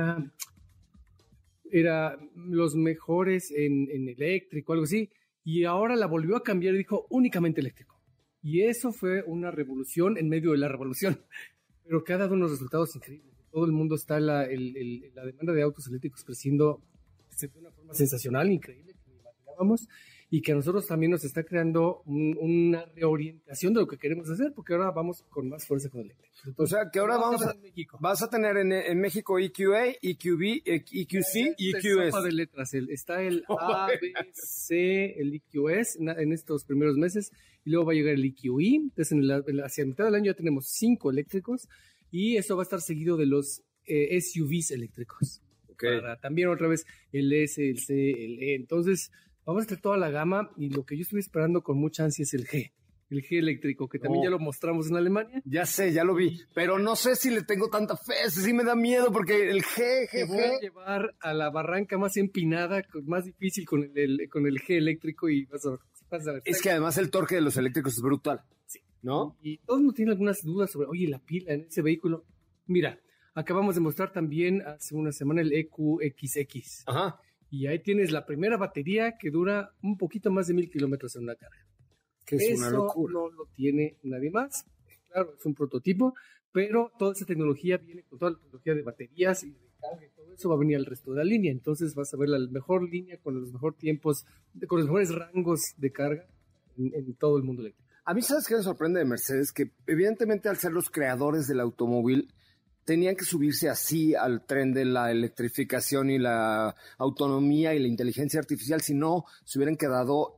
los mejores en eléctrico, algo así, y ahora la volvió a cambiar y dijo únicamente eléctrico. Y eso fue una revolución en medio de la revolución, pero que ha dado unos resultados increíbles. Todo el mundo está, la demanda de autos eléctricos creciendo de una forma sensacional, increíble, que ni imaginábamos, y que a nosotros también nos está creando una reorientación de lo que queremos hacer, porque ahora vamos con más fuerza con el eléctrico. Entonces, o sea, que ahora vas a tener en México EQA, EQB, EQC y EQS. Sopa de letras. Está el A, B, C, el EQS en estos primeros meses, y luego va a llegar el EQE. Entonces, hacia mitad del año ya tenemos 5 eléctricos, y eso va a estar seguido de los SUVs eléctricos. Okay. Para también otra vez el S, el C, el E. Entonces, vamos a tener toda la gama, y lo que yo estoy esperando con mucha ansia es el G. el G eléctrico, que también ya lo mostramos en Alemania. Ya sé, ya lo vi, pero no sé si le tengo tanta fe, sí me da miedo porque el Te voy a llevar a la barranca más empinada, más difícil con el G eléctrico y vas a ver. Es que además el torque de los eléctricos es brutal, sí, ¿no? Y todos nos tienen algunas dudas sobre, oye, la pila en ese vehículo. Mira, acabamos de mostrar también hace una semana el EQXX. Ajá. Y ahí tienes la primera batería que dura un poquito más de 1000 kilómetros en una carga. Que es una locura. No lo tiene nadie más. Claro, es un prototipo, pero toda esa tecnología viene con toda la tecnología de baterías y de carga y todo eso va a venir al resto de la línea. Entonces vas a ver la mejor línea con los mejores tiempos, con los mejores rangos de carga en todo el mundo eléctrico. A mí, ¿sabes qué me sorprende de Mercedes? Que evidentemente al ser los creadores del automóvil, tenían que subirse así al tren de la electrificación y la autonomía y la inteligencia artificial, si no se hubieran quedado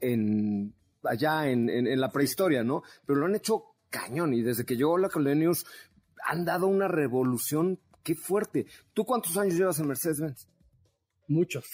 allá en la prehistoria, ¿no? Pero lo han hecho cañón y desde que llegó la Colenius han dado una revolución, qué fuerte. ¿Tú cuántos años llevas en Mercedes-Benz? Muchos.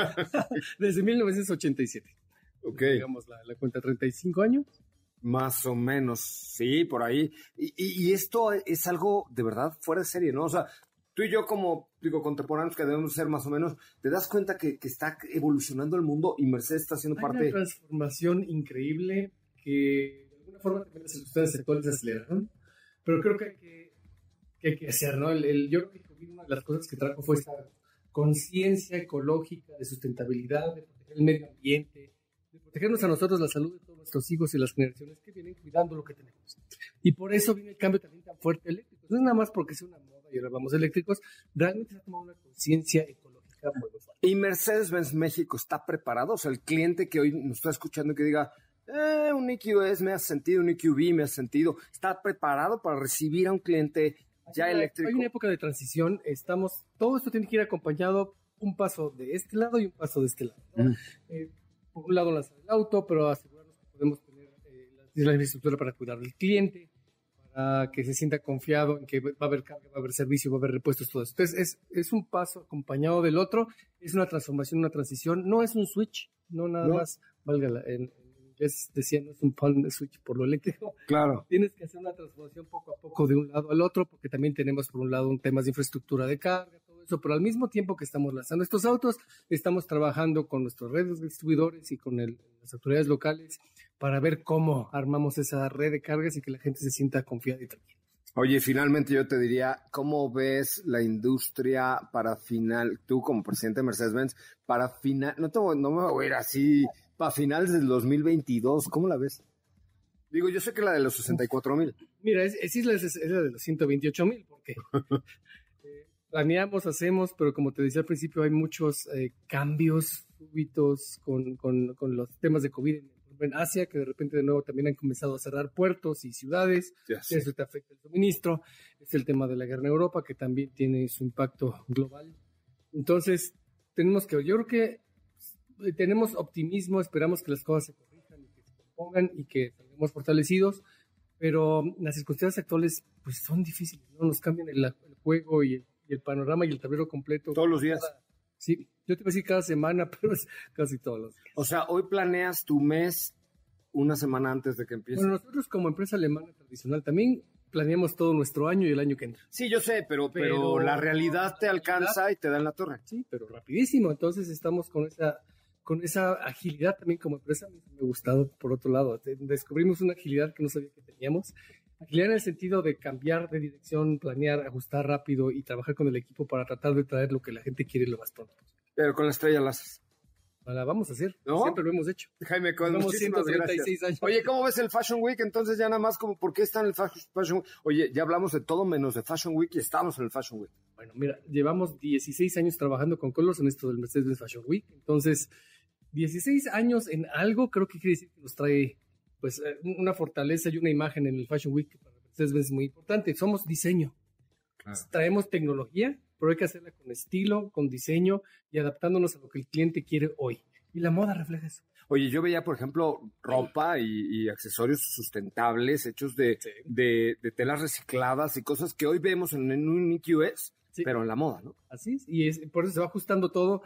Desde 1987. Ok. Digamos la cuenta, 35 años. Más o menos, sí, por ahí. Y esto es algo de verdad fuera de serie, ¿no? O sea, tú y yo como, contemporáneos que debemos ser más o menos, te das cuenta que está evolucionando el mundo y Mercedes está haciendo parte... Hay una transformación increíble que de alguna forma también las circunstancias actuales aceleran, pero creo que hay que hacer, ¿no? Yo creo que una de las cosas que trajo fue esta conciencia ecológica de sustentabilidad, de proteger el medio ambiente, de protegernos a nosotros, la salud de todos nuestros hijos y las generaciones que vienen cuidando lo que tenemos. Y por eso viene el cambio también tan fuerte eléctrico. No es nada más porque sea una moda y ahora vamos eléctricos, realmente se ha tomado una conciencia ecológica muy fuerte. ¿Y Mercedes-Benz México está preparado? O sea, el cliente que hoy nos está escuchando y que diga, un EQS me ha sentido, un EQB me ha sentido, ¿está preparado para recibir a un cliente ya eléctrico? Hay una época de transición, todo esto tiene que ir acompañado un paso de este lado y un paso de este lado, ¿no? Por un lado lanzar el auto, pero asegurarnos que podemos tener la infraestructura para cuidar del cliente, para que se sienta confiado en que va a haber carga, va a haber servicio, va a haber repuestos, todo eso. Entonces es un paso acompañado del otro, es una transformación, una transición, no es un switch, no nada más, valga en inglés decía, no es un pan switch por lo eléctrico. Claro. Tienes que hacer una transformación poco a poco de un lado al otro, porque también tenemos por un lado un tema de infraestructura de carga, todo eso, pero al mismo tiempo que estamos lanzando estos autos, estamos trabajando con nuestras redes de distribuidores y con las autoridades locales para ver cómo armamos esa red de cargas y que la gente se sienta confiada y tranquila. Oye, finalmente yo te diría, ¿cómo ves la industria para final, tú como presidente de Mercedes-Benz, para final, no me voy a ir así, para finales del 2022, ¿cómo la ves? Digo, yo sé que la de los 64,000. Mira, es la de los 128,000, porque planeamos, hacemos, pero como te decía al principio, hay muchos cambios súbitos con los temas de COVID en Asia, que de repente de nuevo también han comenzado a cerrar puertos y ciudades, eso te afecta el suministro, es el tema de la guerra en Europa, que también tiene su impacto global. Entonces, yo creo que tenemos optimismo, esperamos que las cosas se corrijan y que se compongan y que salgamos fortalecidos, pero las circunstancias actuales pues son difíciles, ¿no? Nos cambian el juego y el panorama y el tablero completo. Todos los días. Sí, yo te voy a decir cada semana, pero es casi todos los días. O sea, hoy planeas tu mes una semana antes de que empiece. Bueno, nosotros como empresa alemana tradicional también planeamos todo nuestro año y el año que entra. Sí, yo sé, pero la realidad te alcanza y te da en la torre. Sí, pero rapidísimo. Entonces estamos con esa agilidad también como empresa. A mí me ha gustado, por otro lado. Descubrimos una agilidad que no sabía que teníamos. Agilidad en el sentido de cambiar de dirección, planear, ajustar rápido y trabajar con el equipo para tratar de traer lo que la gente quiere lo más pronto. Pero con la estrella la haces. La vamos a hacer, ¿no? Siempre lo hemos hecho. Jaime, con muchísimas 136 años. Oye, ¿cómo ves el Fashion Week? Entonces ya nada más como, ¿por qué está en el Fashion Week? Oye, ya hablamos de todo menos de Fashion Week y estamos en el Fashion Week. Bueno, mira, llevamos 16 años trabajando con Colors en esto del Mercedes-Benz Fashion Week. Entonces, 16 años en algo creo que quiere decir que nos trae pues una fortaleza y una imagen en el Fashion Week que para Mercedes-Benz es muy importante. Somos diseño. Claro. Traemos tecnología, pero hay que hacerla con estilo, con diseño y adaptándonos a lo que el cliente quiere hoy. Y la moda refleja eso. Oye, yo veía, por ejemplo, ropa y accesorios sustentables hechos de telas recicladas y cosas que hoy vemos en un EQS, pero en la moda, ¿no? Así es, y por eso se va ajustando todo.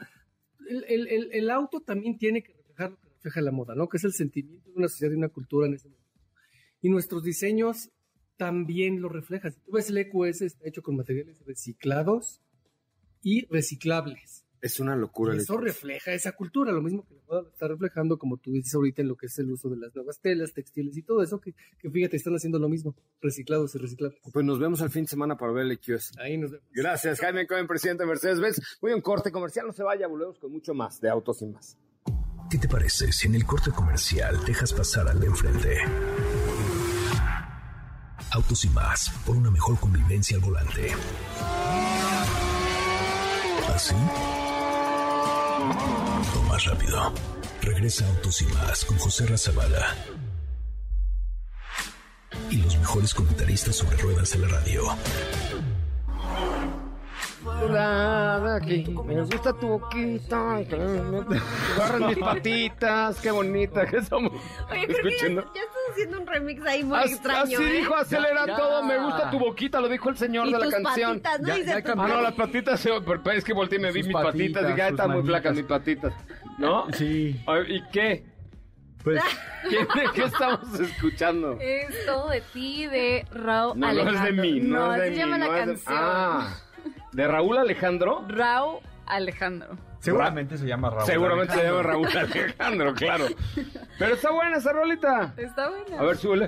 El auto también tiene que reflejar lo que refleja la moda, ¿no? Que es el sentimiento de una sociedad y una cultura en ese momento. Y nuestros diseños también lo reflejan. Tú ves el EQS, está hecho con materiales reciclados y reciclables. Es una locura. Y eso refleja esa cultura, lo mismo que la moda está reflejando, como tú dices ahorita, en lo que es el uso de las nuevas telas, textiles y todo eso, que fíjate, están haciendo lo mismo, reciclados y reciclables. Pues nos vemos el fin de semana para ver el EQS. Ahí nos vemos. Gracias, Jaime Cohen, presidente de Mercedes-Benz. Voy a un corte comercial, no se vaya, volvemos con mucho más de Autos y Más. ¿Qué te parece si en el corte comercial dejas pasar al de enfrente? Autos y Más, por una mejor convivencia al volante. ¿Así? O más rápido. Regresa Autos y Más con José Razabala y los mejores comentaristas sobre ruedas de la radio. Aquí. Me gusta tu boquita. Agarran mis patitas. Qué bonita que somos. Oye, creo que ya estás haciendo un remix ahí muy extraño. Así dijo, acelera todo. Me gusta tu boquita. Lo dijo el señor de la canción. Patitas, ¿no? No, las patitas. Es que volteé y me vi mis patitas. Y ya están muy flacas mis patitas. ¿No? Sí. ¿Y qué? Pues, ¿Qué estamos escuchando? Es Todo de ti, de Raúl No, Alejandro. no es de mí. No, se llama la canción. ¿De Raúl Alejandro? Raúl Alejandro. seguramente se llama Raúl. Seguramente se llama Raúl Alejandro, claro. Pero está buena esa rolita. Está buena. A ver, súbele.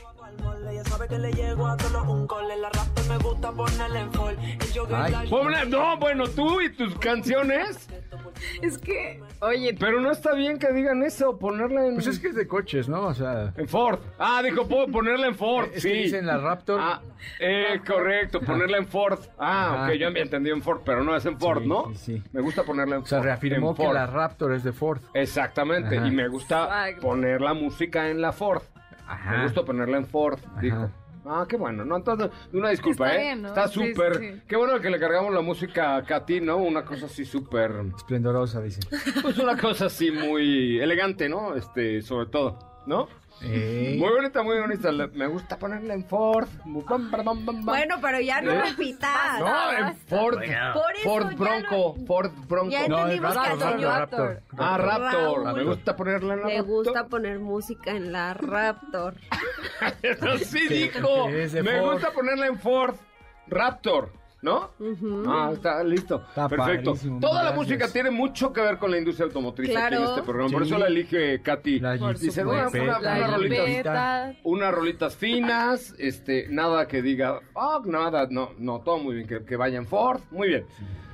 No, bueno, tú y tus canciones. Es que, oye, pero no está bien que digan eso, ponerla en... Pues es que es de coches, ¿no? O sea... En Ford. Dijo, puedo ponerla en Ford, es sí. que dicen la Raptor. Correcto, ponerla en Ford. Ok, yo había entendido en Ford, pero no es en Ford, Sí, ¿no? sí. Me gusta ponerla en Ford. O sea, reafirmó en que Ford. la Raptor es de Ford. Exactamente, Ajá. y me gusta poner la música en la Ford. Ajá. Me gusta ponerla en Ford, dijo. Qué bueno, no, entonces, una disculpa, Está bien, ¿no? Está Sí, súper, sí. qué bueno que le cargamos la música a Katy, ¿no? Una cosa así súper, Esplendorosa, dicen. pues una cosa así muy elegante, ¿no? Sobre todo, ¿no? Muy bonita, muy bonita. Me gusta ponerla en Ford. Bueno, pero ya no repitas. No, en Ford. Por eso Ford ya Bronco. Ford Bronco. Ya entendimos que al señor Raptor. Raptor. Raúl. Me gusta ponerla en la le Raptor. gusta poner música en la Raptor. Eso sí dijo. que es de Me Ford. gusta ponerla en Ford Raptor, ¿no? Está listo. Está Perfecto. padrísimo, Toda la gracias. música tiene mucho que ver con la industria automotriz aquí en Claro. este programa. Por Sí. eso la elige Katy. La Jeep Dice, Jipeta, la una rolita. Jipeta. Unas rolitas finas, nada que diga, nada, no, todo muy bien, que vaya en Ford, muy bien.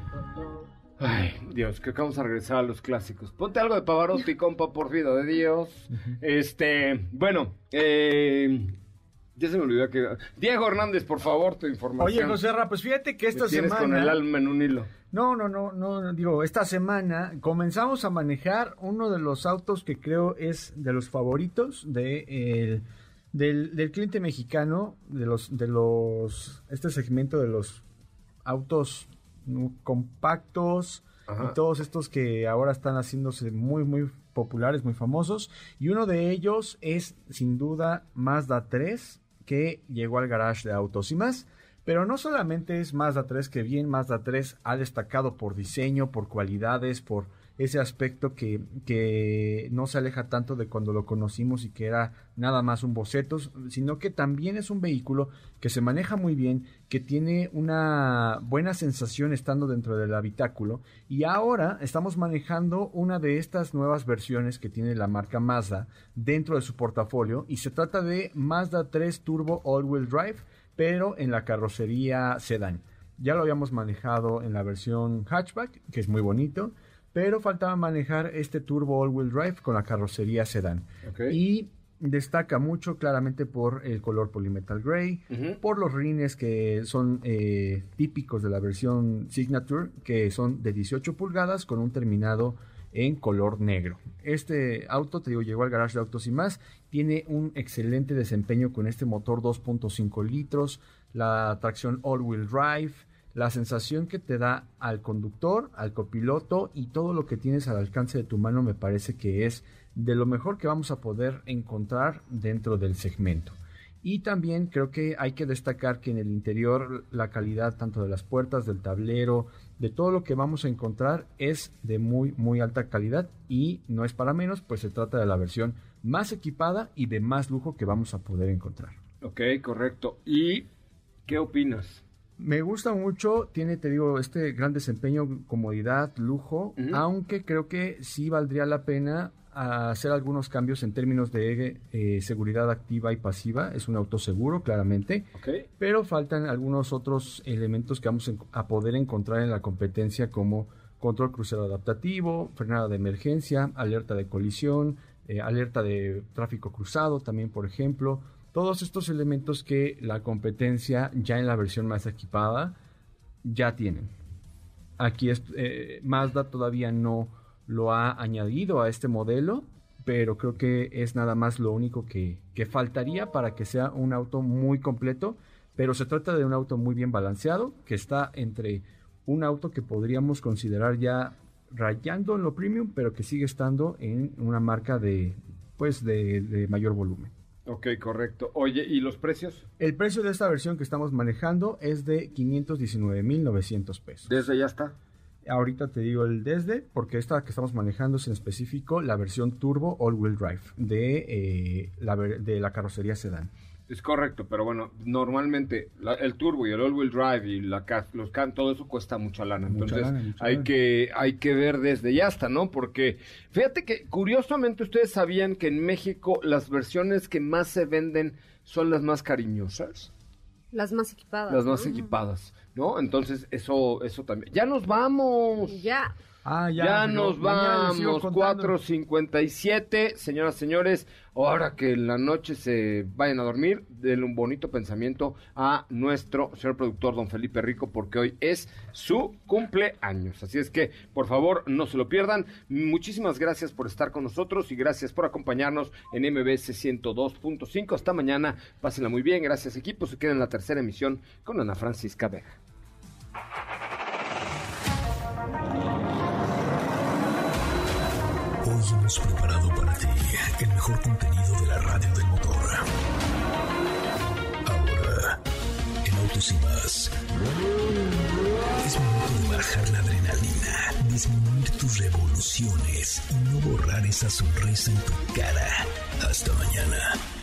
Ay, Dios, creo que vamos a regresar a los clásicos. Ponte algo de Pavarotti, compa, por vida de Dios. Bueno, ya se me olvidó que... Diego Hernández, por favor, tu información. Oye, José Ra, pues fíjate que esta Me tienes semana... con el alma en un hilo. No, digo, esta semana comenzamos a manejar uno de los autos que creo es de los favoritos del cliente mexicano, este segmento de los autos compactos. Ajá. Y todos estos que ahora están haciéndose muy, muy populares, muy famosos. Y uno de ellos es, sin duda, Mazda 3, que llegó al garage de Autos y Más. Pero no solamente es Mazda 3, que bien Mazda 3 ha destacado por diseño, por cualidades, por ese aspecto que no se aleja tanto de cuando lo conocimos y que era nada más un boceto, sino que también es un vehículo que se maneja muy bien, que tiene una buena sensación estando dentro del habitáculo, y ahora estamos manejando una de estas nuevas versiones que tiene la marca Mazda dentro de su portafolio, y se trata de Mazda 3 Turbo All-Wheel Drive, pero en la carrocería sedán. Ya lo habíamos manejado en la versión hatchback, que es muy bonito, pero faltaba manejar este Turbo All-Wheel Drive con la carrocería sedán. Okay. Y destaca mucho claramente por el color Polymetal Gray, por los rines que son típicos de la versión Signature, que son de 18 pulgadas con un terminado en color negro. Este auto, te digo, llegó al garage de Autos y Más, tiene un excelente desempeño con este motor 2.5 litros, la tracción all-wheel drive, la sensación que te da al conductor, al copiloto y todo lo que tienes al alcance de tu mano me parece que es de lo mejor que vamos a poder encontrar dentro del segmento. Y también creo que hay que destacar que en el interior la calidad tanto de las puertas, del tablero, de todo lo que vamos a encontrar es de muy muy alta calidad y no es para menos, pues se trata de la versión más equipada y de más lujo que vamos a poder encontrar. Ok, correcto. ¿Y qué opinas? Me gusta mucho, tiene, te digo, este gran desempeño, comodidad, lujo, aunque creo que sí valdría la pena hacer algunos cambios en términos de seguridad activa y pasiva. Es un auto seguro, claramente, pero faltan algunos otros elementos que vamos a poder encontrar en la competencia, como control crucero adaptativo, frenada de emergencia, alerta de colisión, alerta de tráfico cruzado también, por ejemplo. Todos estos elementos que la competencia ya en la versión más equipada ya tienen. Aquí Mazda todavía no lo ha añadido a este modelo, pero creo que es nada más lo único que faltaría para que sea un auto muy completo, pero se trata de un auto muy bien balanceado, que está entre un auto que podríamos considerar ya rayando en lo premium, pero que sigue estando en una marca de mayor volumen. Ok, correcto. Oye, ¿y los precios? El precio de esta versión que estamos manejando es de 519,900 pesos. ¿Desde ya está? Ahorita te digo el desde, porque esta que estamos manejando es en específico la versión Turbo All-Wheel Drive de la carrocería sedán. Es correcto, pero bueno, normalmente el turbo y el all-wheel drive y todo eso cuesta mucha lana. Entonces hay que ver desde ya hasta, ¿no? Porque fíjate que curiosamente ustedes sabían que en México las versiones que más se venden son las más cariñosas. Las más equipadas. Las más equipadas, ¿no? Entonces eso también. ¡Ya nos vamos! Ya. Ya nos vamos, 4:57, señoras, señores, ahora que en la noche se vayan a dormir, denle un bonito pensamiento a nuestro señor productor, don Felipe Rico, porque hoy es su cumpleaños, así es que, por favor, no se lo pierdan. Muchísimas gracias por estar con nosotros y gracias por acompañarnos en MBS 102.5, hasta mañana, pásenla muy bien, gracias equipo, se queda en la tercera emisión con Ana Francisca Vega. Hoy hemos preparado para ti el mejor contenido de la radio del motor. Ahora, en Autos y Más, es momento de bajar la adrenalina, disminuir tus revoluciones y no borrar esa sonrisa en tu cara. Hasta mañana.